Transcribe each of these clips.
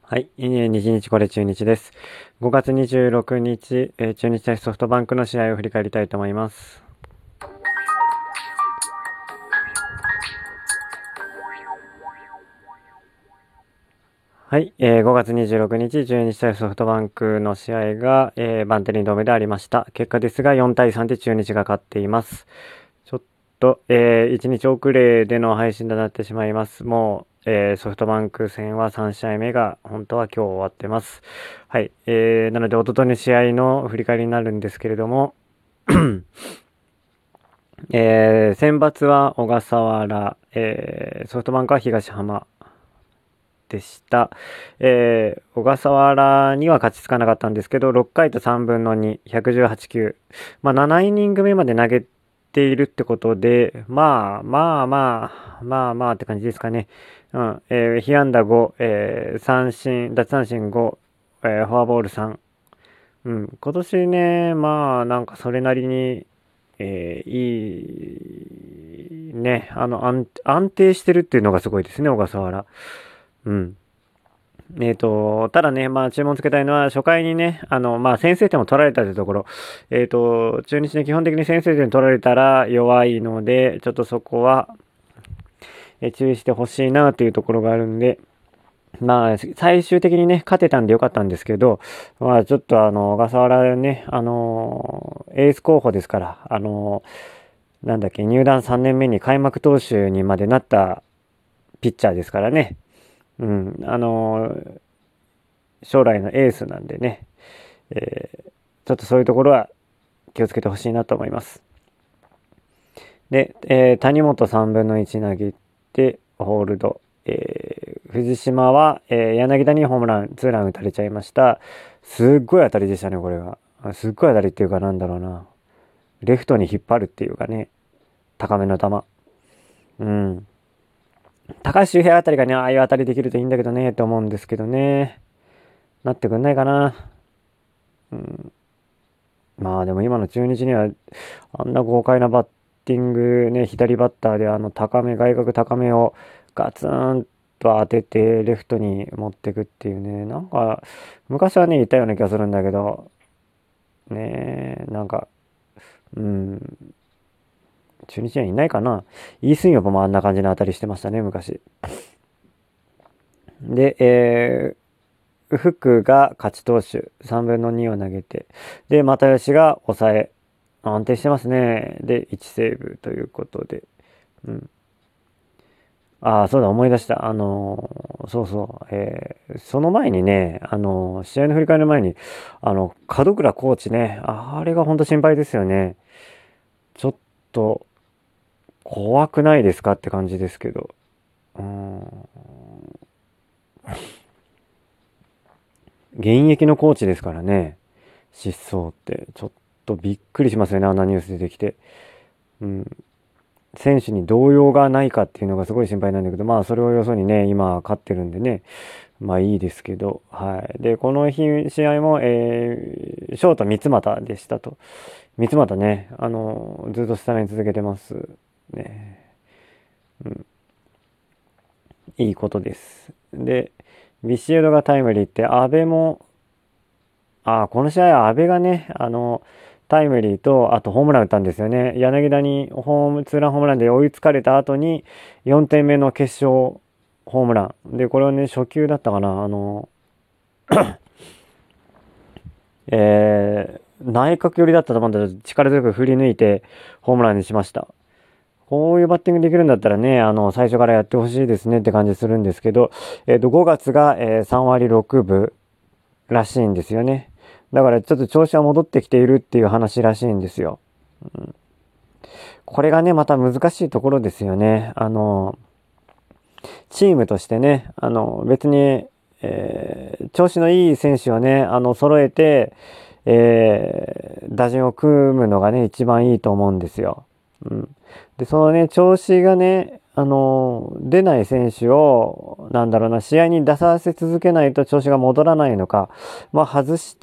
はい、日日これ中日です。5月26日、中日対ソフトバンクの試合を振り返りたいと思います。はい、5月26日、中日対ソフトバンクの試合が、バンテリンドームでありました。結果ですが、4対3で中日が勝っています。ちょっと、1日遅れでの配信となってしまいます。もう、ソフトバンク戦は3試合目が本当は今日終わってます。はい、なので、一昨日の試合の振り返りになるんですけれども、選抜は小笠原、ソフトバンクは東浜でした。小笠原には勝ちつかなかったんですけど、6回と3分の2、118球。7イニング目まで投げているってことで、まあって感じですかね。被安打5、奪三振5、フォアボール3。今年ね、なんかそれなりに、いいね、安定してるっていうのがすごいですね、小笠原。うん。ただね、注文つけたいのは、初回にね、先制点を取られたというところ、中日ね、基本的に先制点取られたら弱いので、ちょっとそこは、注意してほしいなというところがあるんで、最終的にね、勝てたんでよかったんですけど、ちょっと小笠原ね、エース候補ですから、入団3年目に開幕投手にまでなったピッチャーですからね。将来のエースなんでね、ちょっとそういうところは気をつけてほしいなと思います。で、谷本3分の1投げて、ホールド。藤島は、柳田にホームラン、ツーラン打たれちゃいました。すっごい当たりでしたね、これが。すっごい当たりっていうかなんだろうな。レフトに引っ張るっていうかね、高めの球。うん。高橋周平あたりがね、ああいう当たりできるといいんだけどね、と思うんですけどね。なってくんないかな。でも今の中日には、あんな豪快なバッティングね、左バッターで外角高めをガツンと当てて、レフトに持ってくっていうね、なんか、昔はね、いたような気がするんだけど、ねえ、なんか、うん、中日にはいないかな。イースンヨプもあんな感じの当たりしてましたね、昔。で、福が勝ち投手、3分の2を投げて、で、又吉が抑え、安定してますね。で、1セーブということで。うん。ああ、そうだ、思い出した。そうそう、その前にね、試合の振り返りの前に、門倉コーチね、あれが本当心配ですよね。ちょっと、怖くないですかって感じですけど。うん。現役のコーチですからね。失踪って、ちょっとびっくりしますよね、あんなニュース出てきて。うん。選手に動揺がないかっていうのがすごい心配なんだけど、それをよそにね、今勝ってるんでね、いいですけど、はい。で、この日、試合も、ショート三俣でしたと。三俣ね、ずっとスタメン続けてます。ね。いいことです。で、ビシエドがタイムリーって、阿部も、この試合は阿部がね、タイムリーと、あとホームラン打ったんですよね。柳田にツーランホームランで追いつかれた後に、4点目の決勝ホームラン。で、これはね、初球だったかな。内角寄りだったと思うんだけど、力強く振り抜いて、ホームランにしました。こういうバッティングできるんだったらね、最初からやってほしいですねって感じするんですけど、5月が、3割6分らしいんですよね。だからちょっと調子は戻ってきているっていう話らしいんですよ。これがね、また難しいところですよね。チームとしてね、別に、調子のいい選手をね、揃えて、打順を組むのがね、一番いいと思うんですよ。うん。で、そのね、調子がね、出ない選手を、試合に出させ続けないと調子が戻らないのか、外して、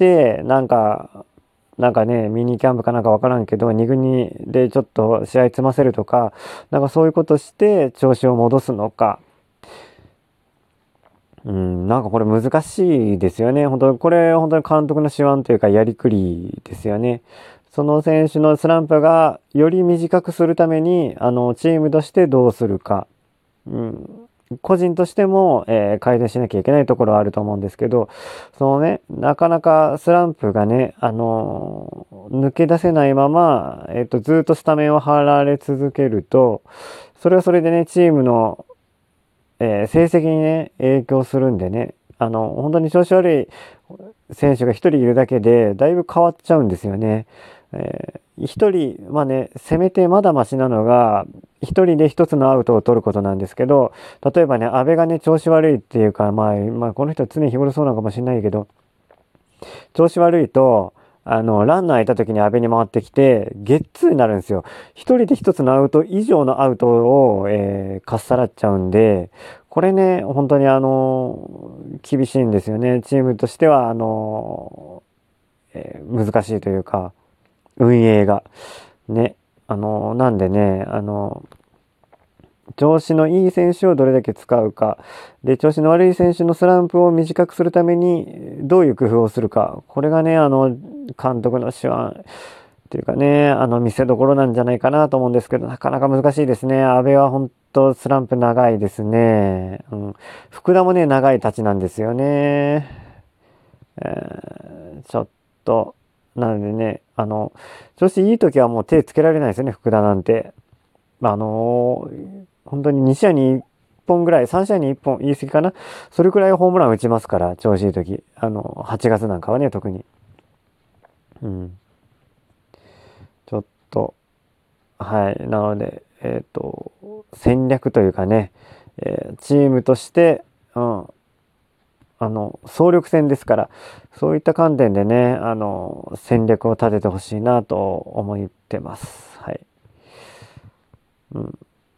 ミニキャンプかなんかわからんけど、2軍でちょっと試合積ませるとか、そういうことして調子を戻すのか、 なんかこれ難しいですよね。これ本当に監督の手腕というかやりくりですよね。その選手のスランプがより短くするために、チームとしてどうするか。うん、個人としても、改善しなきゃいけないところはあると思うんですけど、そのね、なかなかスランプがね、抜け出せないまま、ずっとスタメンを張られ続けると、それはそれでね、チームの成績にね、影響するんでね、本当に調子悪い選手が一人いるだけで、だいぶ変わっちゃうんですよね。一人、まあね、せめてまだマシなのが、一人で一つのアウトを取ることなんですけど、例えばね、阿部がね、調子悪いっていうか、まあ、この人は常日頃そうなのかもしれないけど、調子悪いと、ランナーいた時に阿部に回ってきて、ゲッツーになるんですよ。一人で一つのアウト以上のアウトを、かっさらっちゃうんで、これね、本当に厳しいんですよね。チームとしては、難しいというか、運営が。ね。なんでね、調子のいい選手をどれだけ使うか。で、調子の悪い選手のスランプを短くするために、どういう工夫をするか。これがね、監督の手腕っていうかね、見せどころなんじゃないかなと思うんですけど、なかなか難しいですね。阿部は本当スランプ長いですね。福田もね、長いたちなんですよね。ちょっと、なのでね、調子いい時はもう手つけられないですよね、福田なんて。本当に2試合に1本ぐらい、3試合に1本言い過ぎかな。それくらいホームラン打ちますから、調子いい時。8月なんかはね、特に。うん。ちょっと、はい。なので、戦略というかね、チームとして、総力戦ですから、そういった観点でね、戦略を立ててほしいなと思ってます。はい。うん。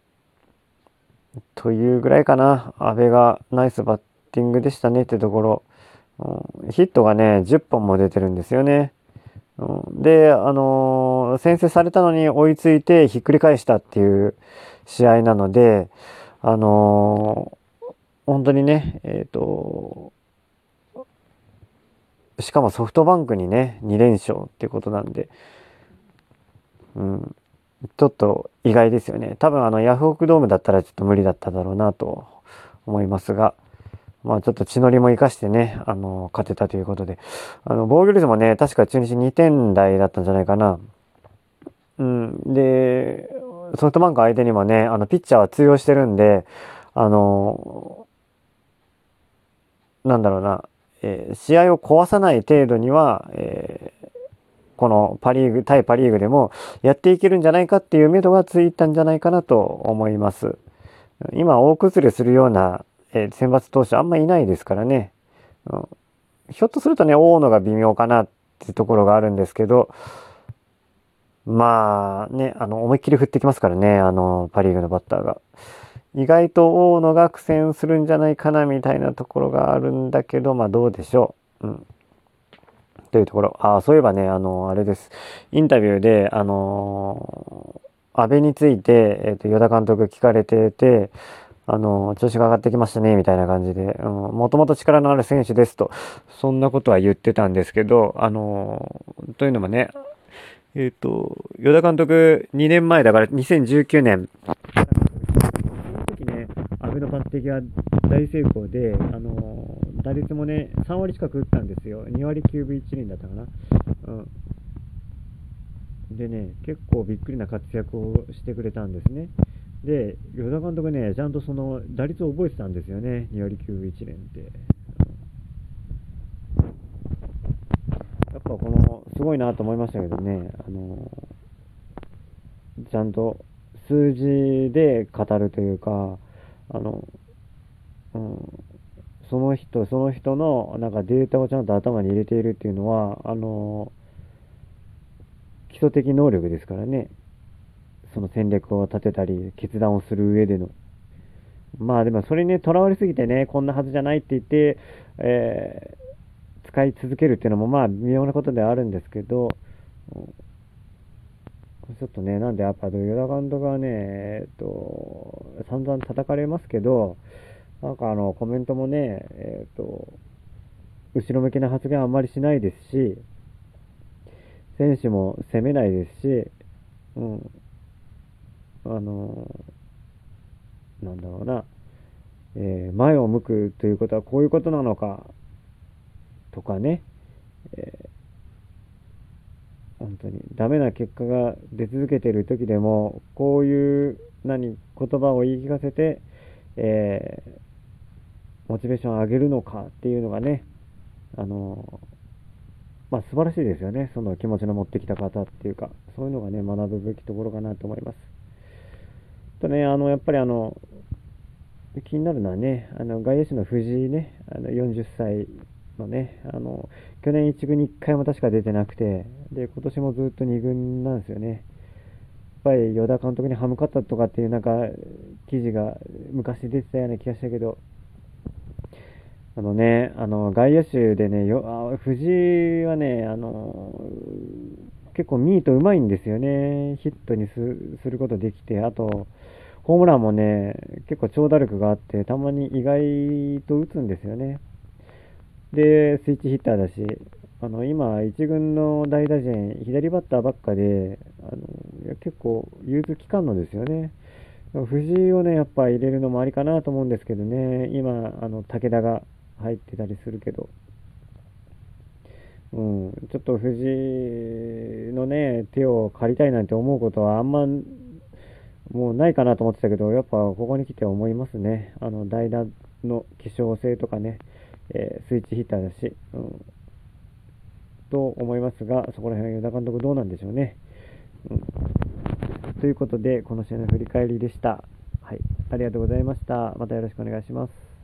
というぐらいかな。阿部がナイスバッティングでしたねってところ。ヒットがね、10本も出てるんですよね。で、先制されたのに追いついてひっくり返したっていう試合なので、本当にね、しかもソフトバンクにね、2連勝っていうことなんで、うん、ちょっと意外ですよね。多分ヤフオクドームだったらちょっと無理だっただろうなと思いますが、まあちょっと血のりも生かしてね、勝てたということで、防御率もね、確か中日2点台だったんじゃないかな。うん。で、ソフトバンク相手にもね、ピッチャーは通用してるんで、あの、なんだろうな、試合を壊さない程度には、このパリーグ、対パリーグでもやっていけるんじゃないかっていう目処がついたんじゃないかなと思います。今、大崩れするような、選抜投手あんまいないですからね。うん、ひょっとするとね、大野が微妙かなってところがあるんですけど、まあね、思いっきり振ってきますからね、パリーグのバッターが。意外と大野が苦戦するんじゃないかなみたいなところがあるんだけど、まあどうでしょう。うん。というところ。そういえばね、あれです。インタビューで、安倍について、与田監督聞かれてて、調子が上がってきましたね、みたいな感じで、もともと力のある選手ですと、そんなことは言ってたんですけど、というのもね、与田監督2年前だから2019年、その時ね、阿部の抜擢は大成功で、打率もね、3割近く打ったんですよ。2割9分1厘だったかな。うん。でね、結構びっくりな活躍をしてくれたんですね。で、与田監督ね、ちゃんとその打率を覚えてたんですよね。2割9分1厘って。やっぱこの、すごいなと思いましたけどね、ちゃんと数字で語るというか、あの、うん、その人その人のなんかデータをちゃんと頭に入れているっていうのは、基礎的能力ですからね。その戦略を立てたり、決断をする上での。まあでもそれにね、とらわれすぎてね、こんなはずじゃないって言って、使い続けるっていうのもまあ微妙なことではあるんですけど、ちょっとね、なんでやっぱ、与田監督はね、散々叩かれますけど、 なんかコメントもね、後ろ向きな発言はあんまりしないですし、選手も攻めないですし、うん、あの、なんだろうな、前を向くということはこういうことなのかとかね、本当にダメな結果が出続けている時でも、こういう言葉を言い聞かせて、えモチベーションを上げるのかっていうのがね、あの素晴らしいですよね。その気持ちの持ってきた方っていうか、そういうのがね、学ぶべきところかなと思います。とね、やっぱり気になるのはね、外野手の藤井ね、40歳のね、去年1軍に1回も確か出てなくて、で、今年もずっと2軍なんですよね。やっぱり与田監督に歯向かったとかっていう記事が昔出てたような気がしたけど、外野手でね、藤井はね、結構ミートうまいんですよね。ヒットにすることできて、あと、ホームランもね、結構長打力があって、たまに意外と打つんですよね。で、スイッチヒッターだし、今、一軍の代打陣、左バッターばっかで、いや結構、融通きかんのですよね。藤井をね、やっぱ入れるのもありかなと思うんですけどね、今、武田が入ってたりするけど、うん、ちょっと藤井のね、手を借りたいなんて思うことはあんまもうないかなと思ってたけど、やっぱここに来て思いますね。代打の希少性とかね、スイッチヒッターだし、と思いますが、そこら辺、与田監督どうなんでしょうね。うん、ということで、この試合の振り返りでした。はい、ありがとうございました。またよろしくお願いします。